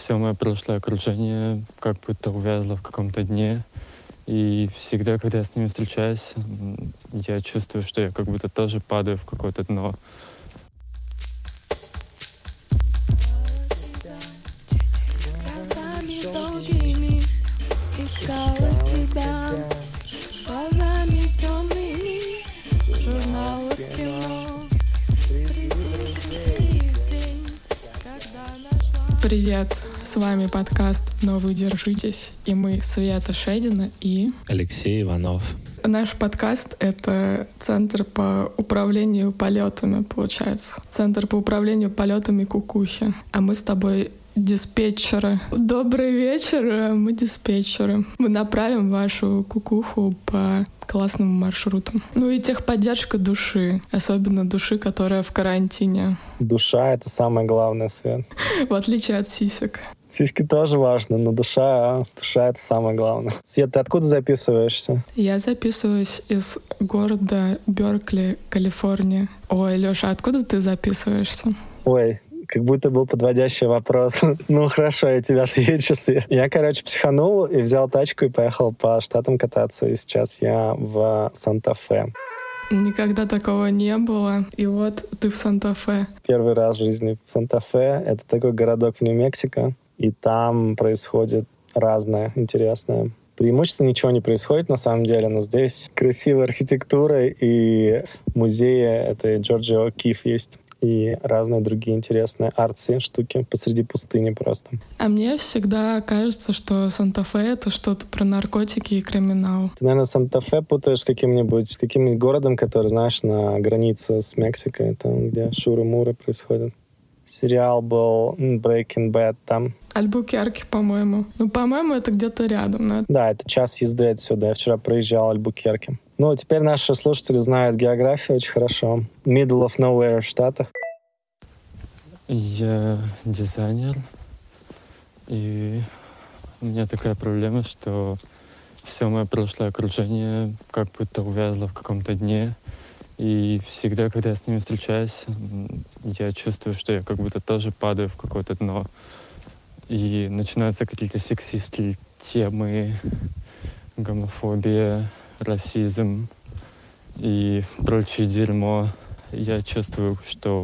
все мое прошлое окружение как будто увязло в каком-то дне. И всегда, когда я с ними встречаюсь, я чувствую, что я как будто тоже падаю в какое-то дно. Искала тебя глазами темными, журналы кино, среди день, когда нашла. Привет, с вами подкаст «Но вы держитесь», и мы Света Шедина и Алексей Иванов. Наш подкаст — это Центр по управлению полетами, получается. Центр по управлению полетами кукухи. А мы с тобой диспетчеры. Добрый вечер, мы диспетчеры. Мы направим вашу кукуху по классному маршруту. Ну и техподдержка души, особенно души, которая в карантине. Душа — это самое главное, Свет. В отличие от сисек. Сиськи тоже важны, но душа — это самое главное. Свет, ты откуда записываешься? Я записываюсь из города Беркли, Калифорния. Ой, Лёша, откуда ты записываешься? Ой, как будто был подводящий вопрос. Ну хорошо, я тебе отвечу. Я, психанул и взял тачку и поехал по штатам кататься. И сейчас я в Санта-Фе. Никогда такого не было. И вот ты в Санта-Фе. Первый раз в жизни в Санта-Фе. Это такой городок в Нью-Мексико. И там происходит разное интересное. Преимущественно ничего не происходит на самом деле, но здесь красивая архитектура и музеи. Это Джорджио О'Кифф есть. И разные другие интересные артси штуки посреди пустыни просто. А мне всегда кажется, что Санта-Фе — это что-то про наркотики и криминал. Ты, наверное, Санта-Фе путаешь с каким-нибудь городом, который, знаешь, на границе с Мексикой, там, где шуры-муры происходят. Сериал был Breaking Bad там. Альбукерки, по-моему. Ну, по-моему, это где-то рядом. Но... Да, это час езды отсюда. Я вчера проезжал Альбукерки. Ну, теперь наши слушатели знают географию очень хорошо. Middle of nowhere в Штатах. Я дизайнер, и у меня такая проблема, что все мое прошлое окружение как будто увязло в каком-то дне. И всегда, когда я с ними встречаюсь, я чувствую, что я как будто тоже падаю в какое-то дно. И начинаются какие-то сексистские темы, гомофобия, расизм и прочее дерьмо. Я чувствую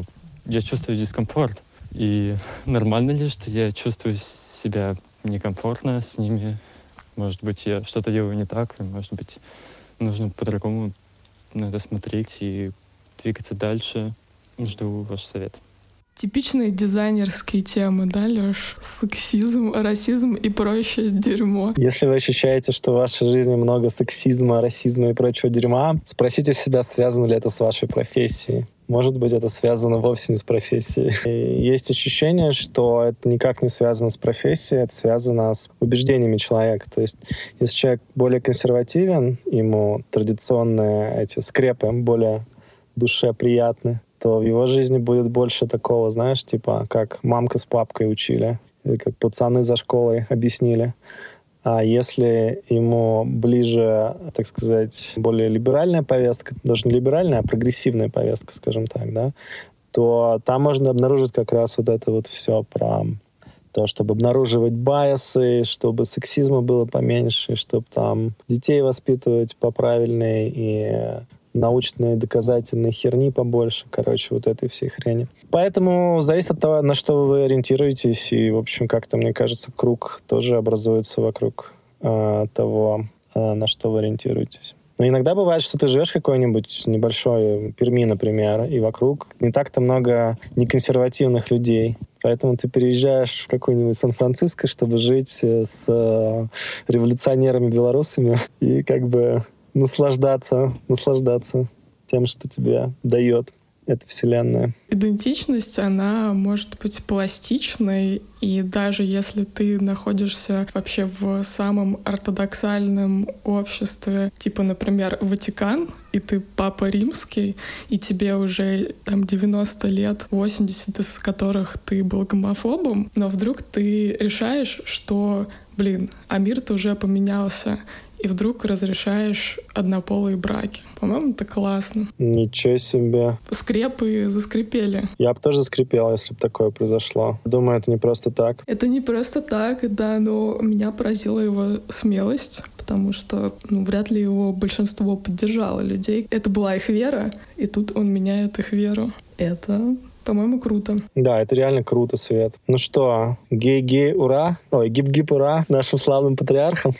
дискомфорт. И нормально ли, что я чувствую себя некомфортно с ними? Может быть, я что-то делаю не так, и, может быть, нужно по-другому на это смотреть и двигаться дальше. Жду ваш совет. Типичные дизайнерские темы, да, Лёш? Сексизм, расизм и прочее дерьмо. Если вы ощущаете, что в вашей жизни много сексизма, расизма и прочего дерьма, спросите себя, связано ли это с вашей профессией. Может быть, это связано вовсе не с профессией. И есть ощущение, что это никак не связано с профессией, это связано с убеждениями человека. То есть, если человек более консервативен, ему традиционные эти скрепы более душе приятны, то в его жизни будет больше такого, знаешь, типа, как мамка с папкой учили, или как пацаны за школой объяснили. А если ему ближе, так сказать, более либеральная повестка, даже не либеральная, а прогрессивная повестка, скажем так, да, то там можно обнаружить как раз вот это вот все про то, чтобы обнаруживать байесы, чтобы сексизма было поменьше, чтобы там детей воспитывать поправильнее и научной доказательной херни побольше, вот этой всей хрени. Поэтому зависит от того, на что вы ориентируетесь, и, в общем, как-то, мне кажется, круг тоже образуется вокруг того, на что вы ориентируетесь. Но иногда бывает, что ты живешь в какой-нибудь небольшой Перми, например, и вокруг не так-то много неконсервативных людей. Поэтому ты переезжаешь в какой-нибудь Сан-Франциско, чтобы жить с революционерами-белорусами и как бы наслаждаться тем, что тебе дает эта вселенная. Идентичность, она может быть пластичной, и даже если ты находишься вообще в самом ортодоксальном обществе, типа, например, Ватикан, и ты папа римский, и тебе уже там 90 лет, 80 из которых ты был гомофобом, но вдруг ты решаешь, что, а мир-то уже поменялся, и вдруг разрешаешь однополые браки. По-моему, это классно. Ничего себе. Скрепы заскрипели. Я бы тоже скрипел, если бы такое произошло. Думаю, это не просто так. Это не просто так, да, но меня поразила его смелость, потому что вряд ли его большинство поддержало людей. Это была их вера, и тут он меняет их веру. Это, по-моему, круто. Да, это реально круто, Свет. Ну что, гей-гей, ура! Ой, гип-гип, ура нашим славным патриархам.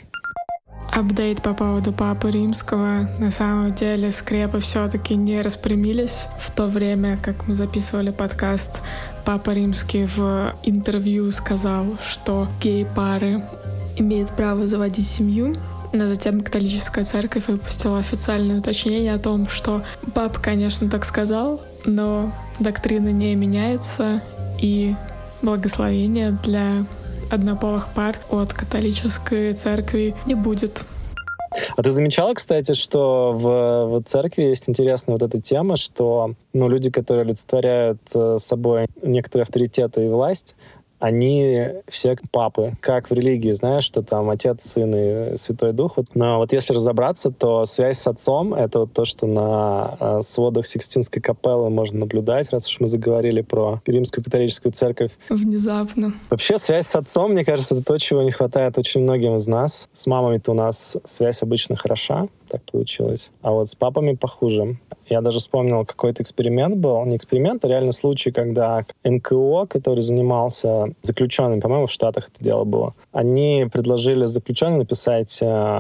Апдейт по поводу Папы Римского. На самом деле скрепы все-таки не распрямились. В то время, как мы записывали подкаст, Папа Римский в интервью сказал, что гей-пары имеют право заводить семью. Но затем католическая церковь выпустила официальное уточнение о том, что папа, конечно, так сказал, но доктрина не меняется, и благословения для однополых пар от католической церкви не будет. А ты замечала, кстати, что в церкви есть интересная вот эта тема, что люди, которые олицетворяют собой некоторые авторитеты и власть, они все папы, как в религии, знаешь, что там Отец, Сын и Святой Дух. Но вот если разобраться, то связь с Отцом — это вот то, что на сводах Сикстинской капеллы можно наблюдать, раз уж мы заговорили про Римскую католическую церковь. Внезапно. Вообще связь с Отцом, мне кажется, это то, чего не хватает очень многим из нас. С мамами-то у нас связь обычно хороша, так получилось. А вот с папами похуже. Я даже вспомнил, какой-то эксперимент был. Не эксперимент, а реальный случай, когда НКО, который занимался заключенными, по-моему, в Штатах это дело было, они предложили заключенным написать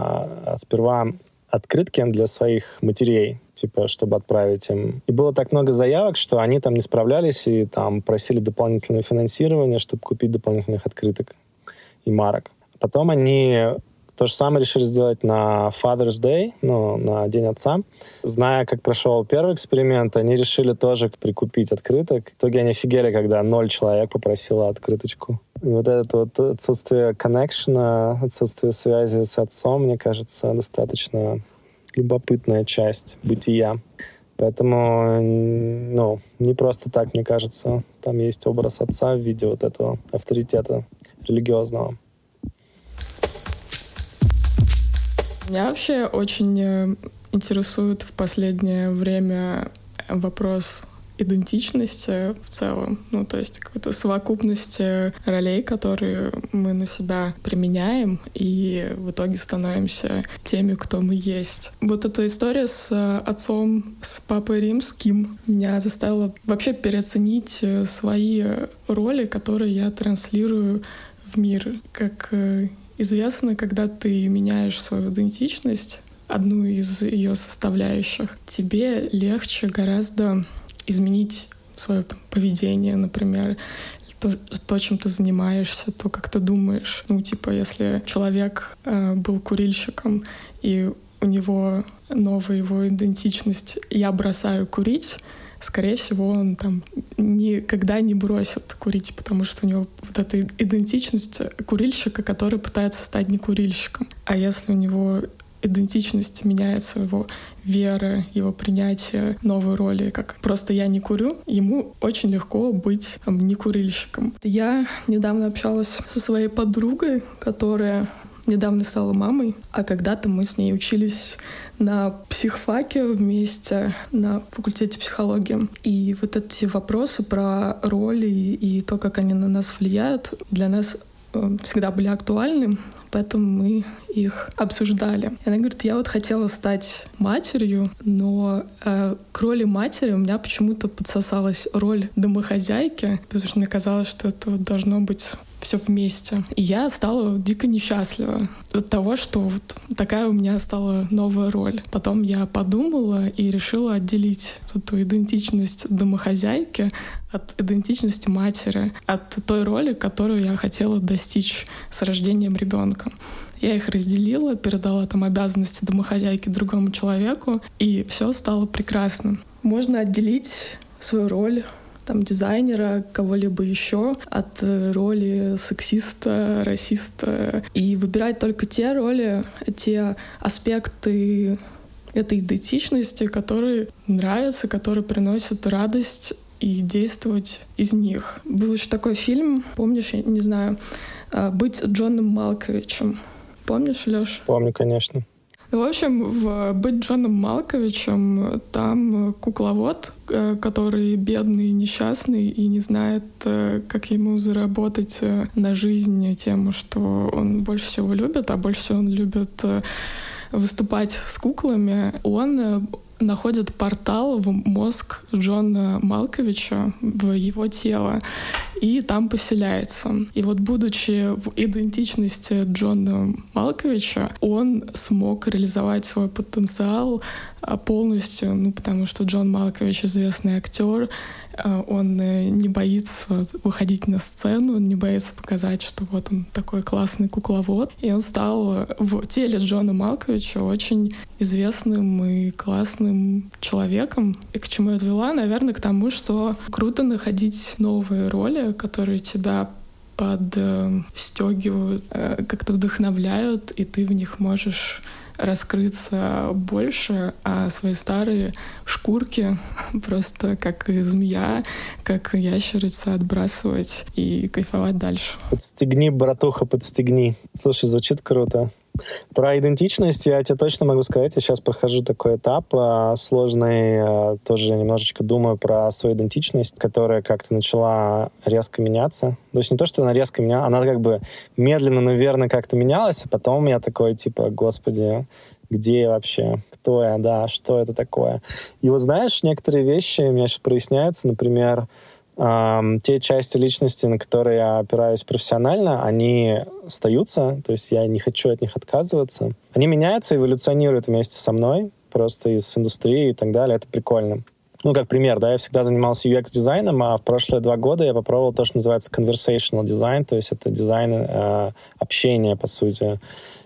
сперва открытки для своих матерей, типа, чтобы отправить им. И было так много заявок, что они там не справлялись и там просили дополнительное финансирование, чтобы купить дополнительных открыток и марок. Потом они то же самое решили сделать на Father's Day, на День Отца. Зная, как прошел первый эксперимент, они решили тоже прикупить открыток. В итоге они офигели, когда 0 человек попросило открыточку. И вот это вот отсутствие коннекшена, отсутствие связи с отцом, мне кажется, достаточно любопытная часть бытия. Поэтому, не просто так, мне кажется. Там есть образ отца в виде вот этого авторитета религиозного. Меня вообще очень интересует в последнее время вопрос идентичности в целом. То есть какой-то совокупности ролей, которые мы на себя применяем, и в итоге становимся теми, кто мы есть. Вот эта история с отцом, с Папой Римским меня заставила вообще переоценить свои роли, которые я транслирую в мир. Как известно, когда ты меняешь свою идентичность, одну из ее составляющих, тебе легче гораздо изменить свое поведение, например, то, чем ты занимаешься, то, как ты думаешь. Если человек был курильщиком, и у него новая его идентичность «я бросаю курить», скорее всего, он там никогда не бросит курить, потому что у него вот эта идентичность курильщика, который пытается стать не курильщиком. А если у него идентичность меняется, его вера, его принятие новой роли, как просто «я не курю», ему очень легко быть не курильщиком. Я недавно общалась со своей подругой, которая недавно стала мамой, а когда-то мы с ней учились на психфаке вместе на факультете психологии. И вот эти вопросы про роли и то, как они на нас влияют, для нас всегда были актуальны, поэтому мы их обсуждали. И она говорит, я вот хотела стать матерью, но к роли матери у меня почему-то подсосалась роль домохозяйки, потому что мне казалось, что это вот должно быть все вместе. И я стала дико несчастлива от того, что вот такая у меня стала новая роль. Потом я подумала и решила отделить эту идентичность домохозяйки от идентичности матери, от той роли, которую я хотела достичь с рождением ребенка. Я их разделила, передала там обязанности домохозяйки другому человеку, и все стало прекрасно. Можно отделить свою роль дизайнера, кого-либо еще от роли сексиста, расиста и выбирать только те роли, те аспекты этой идентичности, которые нравятся, которые приносят радость, и действовать из них. Был еще такой фильм, помнишь, я не знаю, «Быть Джоном Малковичем». Помнишь, Лёш? Помню, конечно. Ну, в общем, в «Быть Джоном Малковичем» там кукловод, который бедный и несчастный и не знает, как ему заработать на жизнь тем, что он больше всего любит, а больше всего он любит выступать с куклами. Он находит портал в мозг Джона Малковича, в его тело, и там поселяется. И вот, будучи в идентичности Джона Малковича, он смог реализовать свой потенциал полностью, ну, потому что Джон Малкович — известный актер, он не боится выходить на сцену, он не боится показать, что вот он такой классный кукловод. И он стал в теле Джона Малковича очень известным и классным человеком. И к чему я отвела? Наверное, к тому, что круто находить новые роли, которые тебя подстегивают, как-то вдохновляют, и ты в них можешь раскрыться больше, а свои старые шкурки просто как и змея, как ящерица отбрасывать и кайфовать дальше. Подстегни, братуха, подстегни. Слушай, звучит круто. Про идентичность я тебе точно могу сказать. Я сейчас прохожу такой этап сложный. Тоже немножечко думаю про свою идентичность, которая как-то начала резко меняться. То есть не то, что она резко менялась, она как бы медленно, но верно как-то менялась. А потом я такой, типа, господи, где я вообще? Кто я? Да, что это такое? И вот знаешь, некоторые вещи у меня сейчас проясняются. Например, те части личности, на которые я опираюсь профессионально, они остаются, то есть я не хочу от них отказываться. Они меняются, эволюционируют вместе со мной, просто из индустрии и так далее. Это прикольно. Ну, как пример, да, я всегда занимался UX-дизайном, а в прошлые 2 года я попробовал то, что называется conversational design, то есть это дизайн общения, по сути.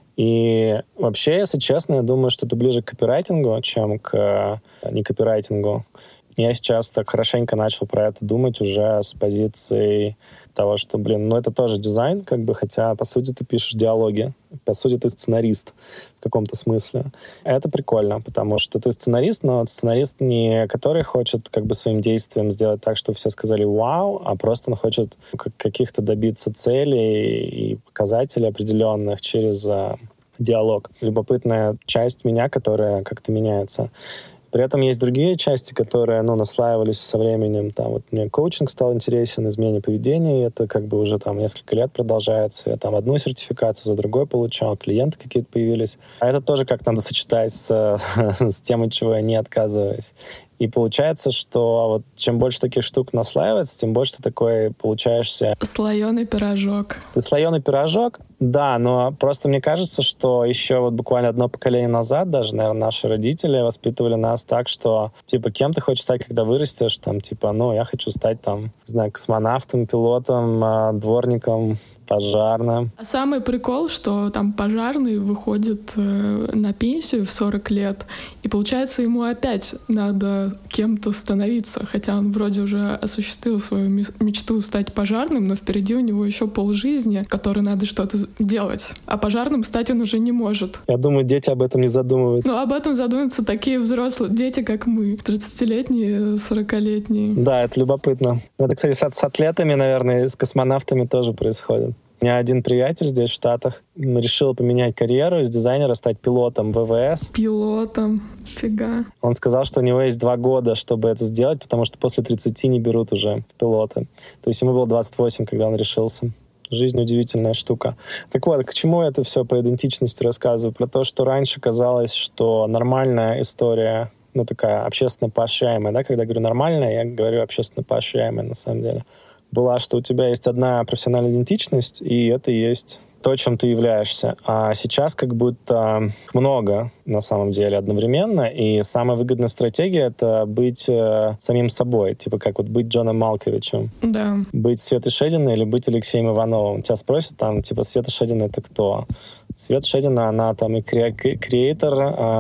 И вообще, если честно, я думаю, что это ближе к копирайтингу, чем к не копирайтингу. Я сейчас так хорошенько начал про это думать уже с позиции того, что, ну это тоже дизайн, как бы, хотя, по сути, ты пишешь диалоги. По сути, ты сценарист в каком-то смысле. Это прикольно, потому что ты сценарист, но сценарист не который хочет как бы своим действием сделать так, чтобы все сказали «вау», а просто он хочет каких-то добиться целей и показателей определенных через диалог. Любопытная часть меня, которая как-то меняется. При этом есть другие части, которые, наслаивались со временем. Там вот мне коучинг стал интересен, изменение поведения, и это как бы уже там несколько лет продолжается. Я там одну сертификацию за другой получал, клиенты какие-то появились. А это тоже как надо сочетать с тем, от чего я не отказываюсь. И получается, что вот чем больше таких штук наслаивается, тем больше ты такой получаешься... Слоеный пирожок. Ты слоеный пирожок, да, но просто мне кажется, что еще вот буквально одно поколение назад даже, наверное, наши родители воспитывали нас так, что, типа, кем ты хочешь стать, когда вырастешь, там, типа, я хочу стать, там, не знаю, космонавтом, пилотом, дворником, пожарным. А самый прикол, что там пожарный выходит на пенсию в 40 лет, и получается, ему опять надо кем-то становиться, хотя он вроде уже осуществил свою мечту стать пожарным, но впереди у него еще полжизни, которой надо что-то делать. А пожарным стать он уже не может. Я думаю, дети об этом не задумываются. Ну, об этом задумываются такие взрослые дети, как мы, 30-летние, 40-летние. Да, это любопытно. Это, кстати, с атлетами, наверное, с космонавтами тоже происходит. У меня один приятель здесь, в Штатах, решил поменять карьеру, из дизайнера стать пилотом ВВС. Пилотом? Фига. Он сказал, что у него есть 2 года, чтобы это сделать, потому что после 30 не берут уже в пилоты. То есть ему было 28, когда он решился. Жизнь удивительная штука. Так вот, к чему я это все про идентичность рассказываю? Про то, что раньше казалось, что нормальная история, такая общественно поощряемая, да, когда я говорю нормальная, я говорю общественно поощряемая на самом деле, была, что у тебя есть одна профессиональная идентичность, и это и есть то, чем ты являешься. А сейчас как будто много, на самом деле, одновременно, и самая выгодная стратегия — это быть самим собой, типа как вот быть Джоном Малковичем. Да. Быть Светой Шединой или быть Алексеем Ивановым. Тебя спросят там, типа, Света Шедина — это кто? Света Шедина, она там и креатор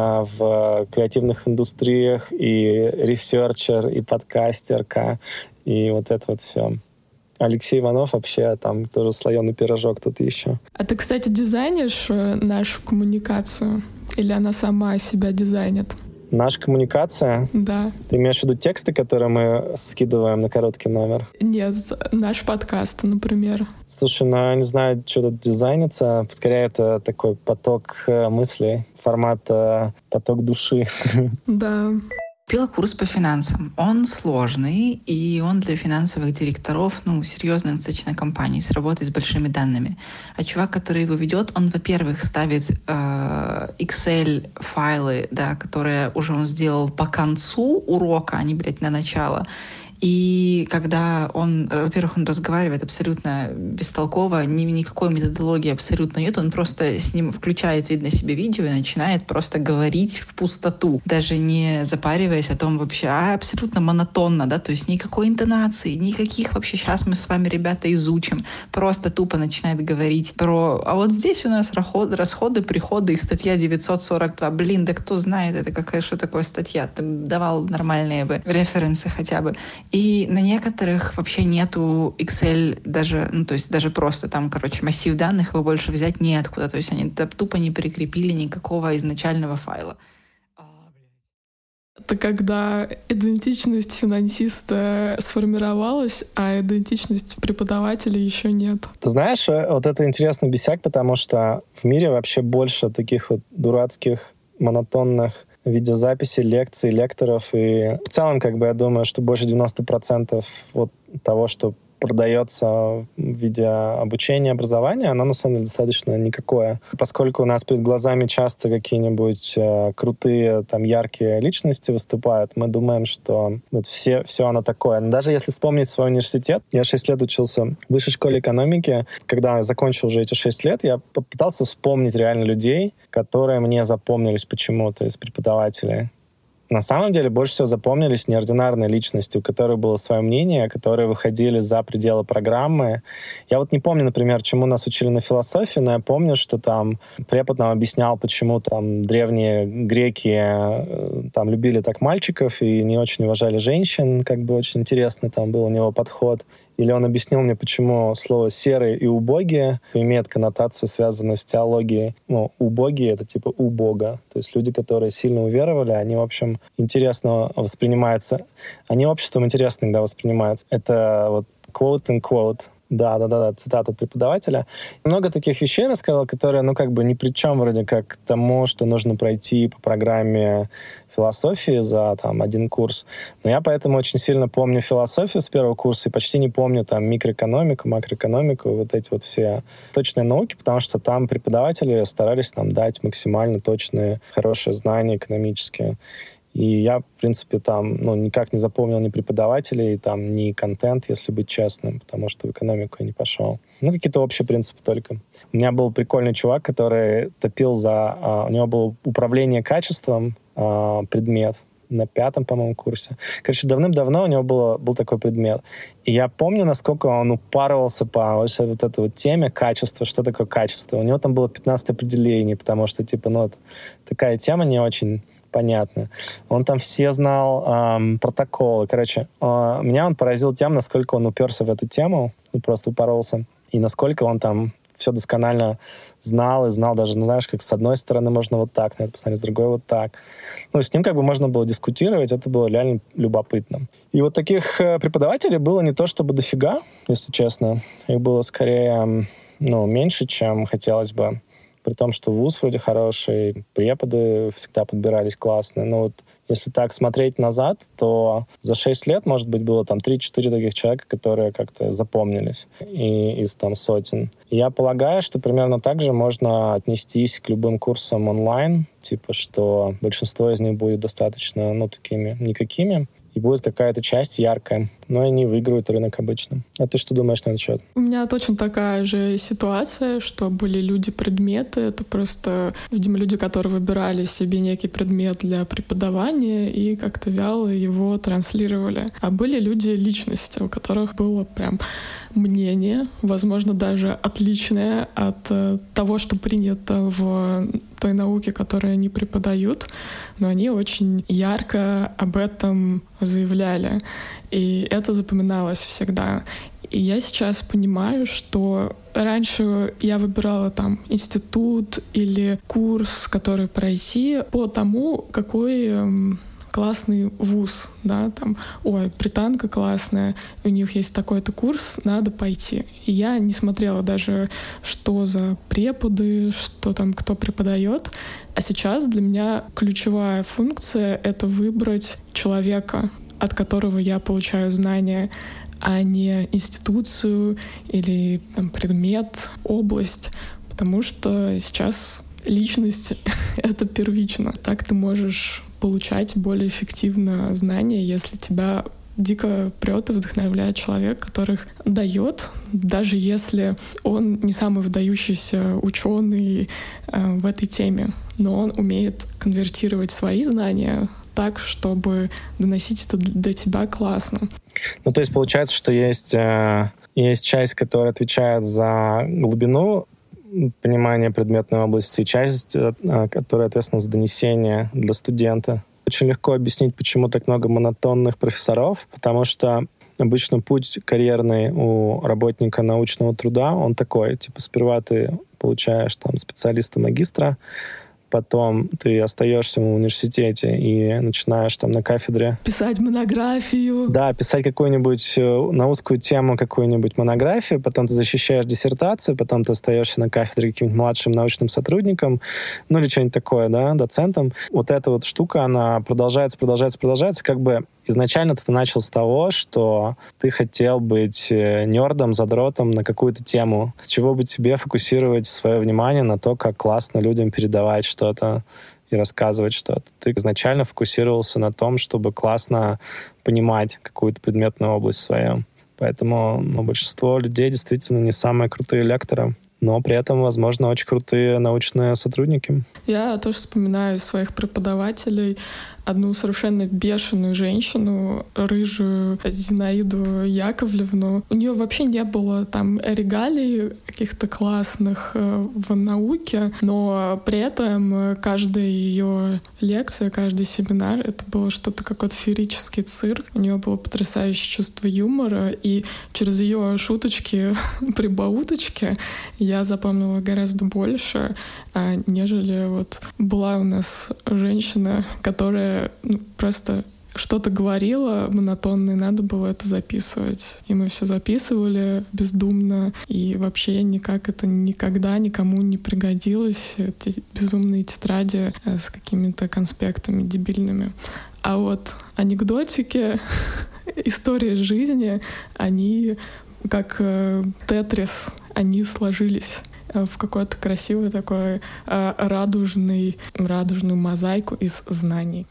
в креативных индустриях, и ресерчер, и подкастерка, и вот это вот все. Алексей Иванов вообще там тоже слоеный пирожок тут еще. А ты, кстати, дизайнишь нашу коммуникацию? Или она сама себя дизайнит? Наша коммуникация? Да. Ты имеешь в виду тексты, которые мы скидываем на короткий номер? Нет, наш подкаст, например. Слушай, я не знаю, что тут дизайнится. Скорее, это такой поток мыслей, формата поток души. Да. Купила курс по финансам. Он сложный, и он для финансовых директоров, серьезной достаточно компании с работой с большими данными. А чувак, который его ведет, он, во-первых, ставит Excel-файлы, да, которые уже он сделал по концу урока, а не, на начало. И когда он, во-первых, он разговаривает абсолютно бестолково, никакой методологии абсолютно нет, он просто с ним включает, видно, себе видео и начинает просто говорить в пустоту, даже не запариваясь о том вообще, абсолютно монотонно, да, то есть никакой интонации, никаких вообще, сейчас мы с вами, ребята, изучим, просто тупо начинает говорить про, а вот здесь у нас расходы, приходы и статья 942, да кто знает, это что такое статья, ты давал нормальные бы референсы хотя бы. И на некоторых вообще нету Excel даже, то есть даже просто там, массив данных его больше взять неоткуда. То есть они тупо не прикрепили никакого изначального файла. Это когда идентичность финансиста сформировалась, а идентичность преподавателя еще нет. Ты знаешь, вот это интересный бесяк, потому что в мире вообще больше таких вот дурацких, монотонных видеозаписи, лекций, лекторов. И в целом, я думаю, что больше 90% вот того, что продается в виде обучения, образования, оно на самом деле достаточно никакое. Поскольку у нас перед глазами часто какие-нибудь крутые, яркие личности выступают, мы думаем, что вот все оно такое. Но даже если вспомнить свой университет, я 6 лет учился в высшей школе экономики. Когда я закончил уже эти 6 лет, я попытался вспомнить реально людей, которые мне запомнились почему-то из преподавателей. На самом деле больше всего запомнились неординарные личности, у которых было свое мнение, которые выходили за пределы программы. Я вот не помню, например, чему нас учили на философии, но я помню, что там препод нам объяснял, почему древние греки любили так мальчиков и не очень уважали женщин. Очень интересный там был у него подход. Или он объяснил мне, почему слово «серые» и «убогие» имеет коннотацию, связанную с теологией. Убогие — это типа «у Бога». То есть люди, которые сильно уверовали, они, в общем, интересно воспринимаются. Они обществом интересно иногда воспринимаются. Это вот quote-unquote. Да, цитата от преподавателя. Много таких вещей рассказал, которые, ни при чем вроде как к тому, что нужно пройти по программе философии за один курс. Но я поэтому очень сильно помню философию с первого курса и почти не помню микроэкономику, макроэкономику, вот эти вот все точные науки, потому что там преподаватели старались нам дать максимально точные, хорошие знания экономические. И я, в принципе, никак не запомнил ни преподавателей, ни контент, если быть честным, потому что в экономику я не пошел. Какие-то общие принципы только. У меня был прикольный чувак, который топил у него было управление качеством, предмет на 5-м, по-моему, курсе. Давным-давно у него был такой предмет. И я помню, насколько он упарывался по вот этой вот теме качества. Что такое качество? У него там было 15 определений, потому что, такая тема не очень понятно. Он там все знал протоколы. Меня он поразил тем, насколько он уперся в эту тему, просто упоролся, и насколько он там все досконально знал, даже, как с одной стороны можно вот так, на это посмотреть, с другой вот так. С ним можно было дискутировать, это было реально любопытно. И вот таких преподавателей было не то чтобы дофига, если честно. Их было скорее, меньше, чем хотелось бы. При том, что вуз вроде хороший, преподы всегда подбирались классные. Но если так смотреть назад, то за 6 лет, может быть, было 3-4 таких человека, которые как-то запомнились из сотен. И я полагаю, что примерно так же можно отнестись к любым курсам онлайн, что большинство из них будет достаточно, такими никакими, и будет какая-то часть яркая, но они выигрывают рынок обычно. А ты что думаешь на этот счет? У меня точно такая же ситуация, что были люди-предметы. Это просто, видимо, люди, которые выбирали себе некий предмет для преподавания и как-то вяло его транслировали. А были люди-личности, у которых было прям мнение, возможно, даже отличное от того, что принято в той науке, которую они преподают, но они очень ярко об этом заявляли. И это запоминалось всегда. И я сейчас понимаю, что раньше я выбирала институт или курс, который пройти, по тому, какой классный вуз, да, там, ой, британка классная, у них есть такой-то курс, надо пойти. И я не смотрела даже, что за преподы, что там, кто преподает. А сейчас для меня ключевая функция — это выбрать человека, от которого я получаю знания, а не институцию или там, предмет, область. Потому что сейчас личность — это первично. Так ты можешь получать более эффективно знания, если тебя дико прет и вдохновляет человек, которых дает, даже если он не самый выдающийся ученый в этой теме, но он умеет конвертировать свои знания так, чтобы доносить это до тебя классно. Ну, то есть получается, что есть часть, которая отвечает за глубину понимания предметной области, и часть, которая ответственна за донесение для студента. Очень легко объяснить, почему так много монотонных профессоров, потому что обычно путь карьерный у работника научного труда, он такой, типа, сперва ты получаешь там специалиста-магистра, потом ты остаешься в университете и начинаешь там на кафедре писать монографию. Да, писать какую-нибудь на узкую тему какую-нибудь монографию, потом ты защищаешь диссертацию, потом ты остаешься на кафедре каким-нибудь младшим научным сотрудником, ну или что-нибудь такое, да, доцентом. Вот эта вот штука, она продолжается, как бы изначально ты начал с того, что ты хотел быть нердом, задротом на какую-то тему, с чего бы тебе фокусировать свое внимание на то, как классно людям передавать что-то и рассказывать что-то. Ты изначально фокусировался на том, чтобы классно понимать какую-то предметную область свою. Поэтому большинство людей действительно не самые крутые лекторы, но при этом, возможно, очень крутые научные сотрудники. Я тоже вспоминаю своих преподавателей, одну совершенно бешеную женщину, рыжую Зинаиду Яковлевну. У нее вообще не было там регалий каких-то классных в науке, но при этом каждая ее лекция, каждый семинар — это было что-то, какой-то феерический цирк. У нее было потрясающее чувство юмора, и через ее шуточки, прибауточки я запомнила гораздо больше, нежели вот была у нас женщина, которая просто что-то говорила монотонно, и надо было это записывать. И мы все записывали бездумно, и вообще никак это никогда никому не пригодилось, эти безумные тетради с какими-то конспектами дебильными. А вот анекдотики, истории жизни, они как тетрис, они сложились в какой-то красивый такой радужную мозаику из знаний.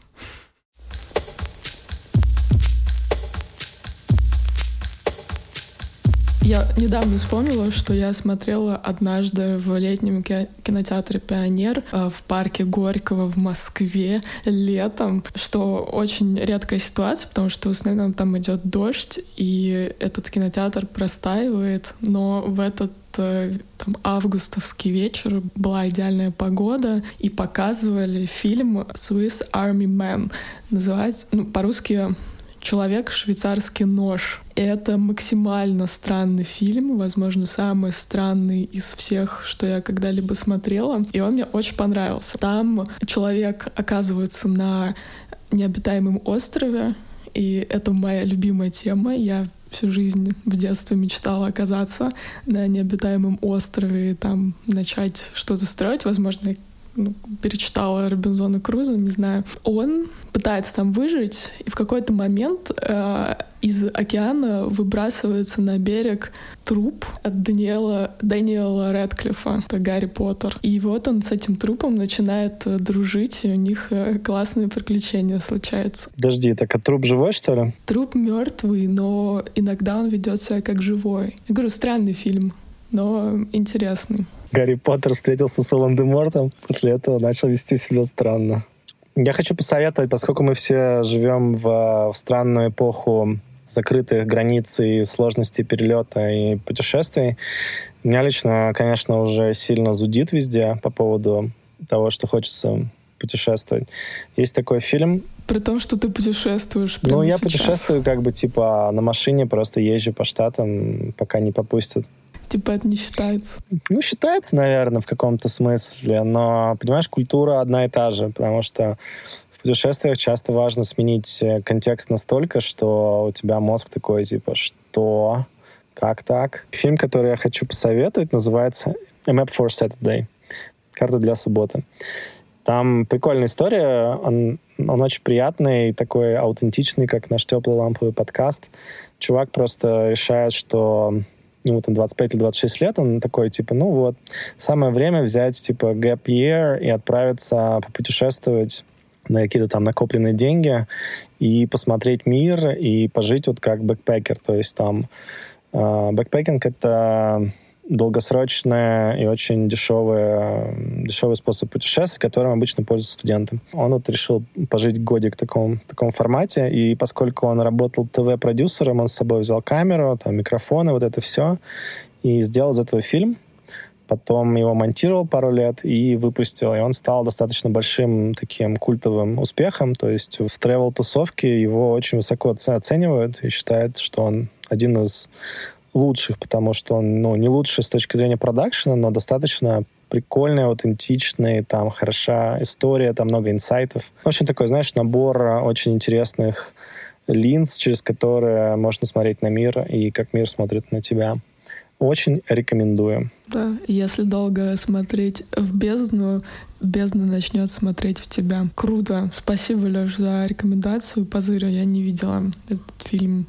Я недавно вспомнила, что я смотрела однажды в летнем кинотеатре «Пионер» в парке Горького в Москве летом, что очень редкая ситуация, потому что в основном там идет дождь, и этот кинотеатр простаивает, но в этот там, августовский вечер была идеальная погода, и показывали фильм «Swiss Army Man». Называется, по-русски «Человек, швейцарский нож». И это максимально странный фильм, возможно, самый странный из всех, что я когда-либо смотрела. И он мне очень понравился. Там человек оказывается на необитаемом острове, и это моя любимая тема. Я всю жизнь в детстве мечтала оказаться на необитаемом острове и там начать что-то строить. Возможно, я перечитала Робинзона Крузо, не знаю. Он пытается там выжить, и в какой-то момент из океана выбрасывается на берег труп от Дэниела Рэдклиффа, это Гарри Поттер. И вот он с этим трупом начинает дружить, и у них классные приключения случаются. Подожди, так а труп живой, что ли? Труп мертвый, но иногда он ведет себя как живой. Я говорю, странный фильм, но интересный. Гарри Поттер встретился с Волан-де-Мортом, после этого начал вести себя странно. Я хочу посоветовать, поскольку мы все живем в странную эпоху закрытых границ и сложностей перелета и путешествий, меня лично, конечно, уже сильно зудит везде по поводу того, что хочется путешествовать. Есть такой фильм. При том, что ты путешествуешь прямо я сейчас. путешествую на машине, просто езжу по штатам, пока не попустят. Типа это не считается? Считается, наверное, в каком-то смысле, но, понимаешь, культура одна и та же, потому что в путешествиях часто важно сменить контекст настолько, что у тебя мозг такой, типа, что? Как так? Фильм, который я хочу посоветовать, называется «A Map for Saturday». «Карта для субботы». Там прикольная история, он очень приятный, такой аутентичный, как наш теплый ламповый подкаст. Чувак просто решает, что ему там 25 или 26 лет, он такой, типа, ну вот, самое время взять, типа, gap year и отправиться попутешествовать на какие-то там накопленные деньги и посмотреть мир, и пожить вот как бэкпекер. То есть там бэкпекинг — это долгосрочный и очень дешевый способ путешествий, которым обычно пользуются студенты. Он вот решил пожить годик в таком формате, и поскольку он работал ТВ-продюсером, он с собой взял камеру, там, микрофоны, вот это все, и сделал из этого фильм. Потом его монтировал пару лет и выпустил. И он стал достаточно большим таким культовым успехом. То есть в тревел-тусовке его очень высоко оценивают и считают, что он один из лучших, потому что он, не лучший с точки зрения продакшена, но достаточно прикольный, аутентичный, там хороша история, там много инсайтов. В общем, такой, знаешь, набор очень интересных линз, через которые можно смотреть на мир и как мир смотрит на тебя. Очень рекомендую. Да, если долго смотреть в бездну, бездна начнет смотреть в тебя. Круто. Спасибо, Лёш, за рекомендацию. Позырю, я не видела этот фильм.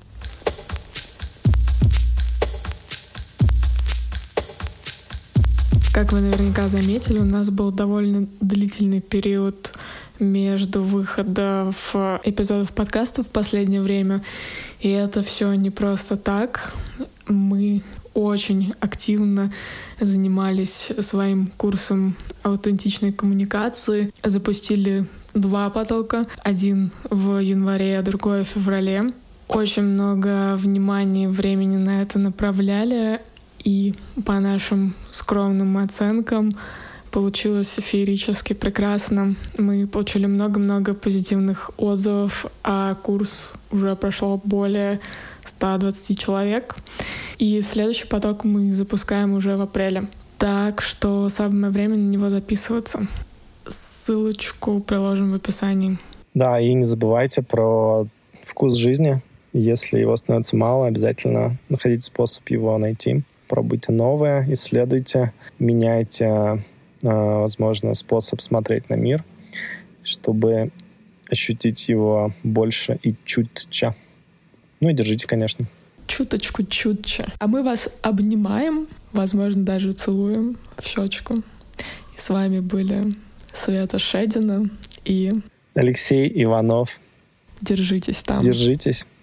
Как вы наверняка заметили, у нас был довольно длительный период между выходом эпизодов подкаста в последнее время. И это все не просто так. Мы очень активно занимались своим курсом аутентичной коммуникации. Запустили 2 потока. Один в январе, а другой в феврале. Очень много внимания и времени на это направляли. И по нашим скромным оценкам получилось феерически прекрасно. Мы получили много-много позитивных отзывов, а курс уже прошел более 120 человек. И следующий поток мы запускаем уже в апреле. Так что самое время на него записываться. Ссылочку приложим в описании. Да, и не забывайте про вкус жизни. Если его становится мало, обязательно находите способ его найти. Пробуйте новое, исследуйте, меняйте, возможно, способ смотреть на мир, чтобы ощутить его больше и чутче. Ну и держите, конечно. Чуточку чутче. А мы вас обнимаем, возможно, даже целуем в щечку. И с вами были Света Шедина и Алексей Иванов. Держитесь там. Держитесь.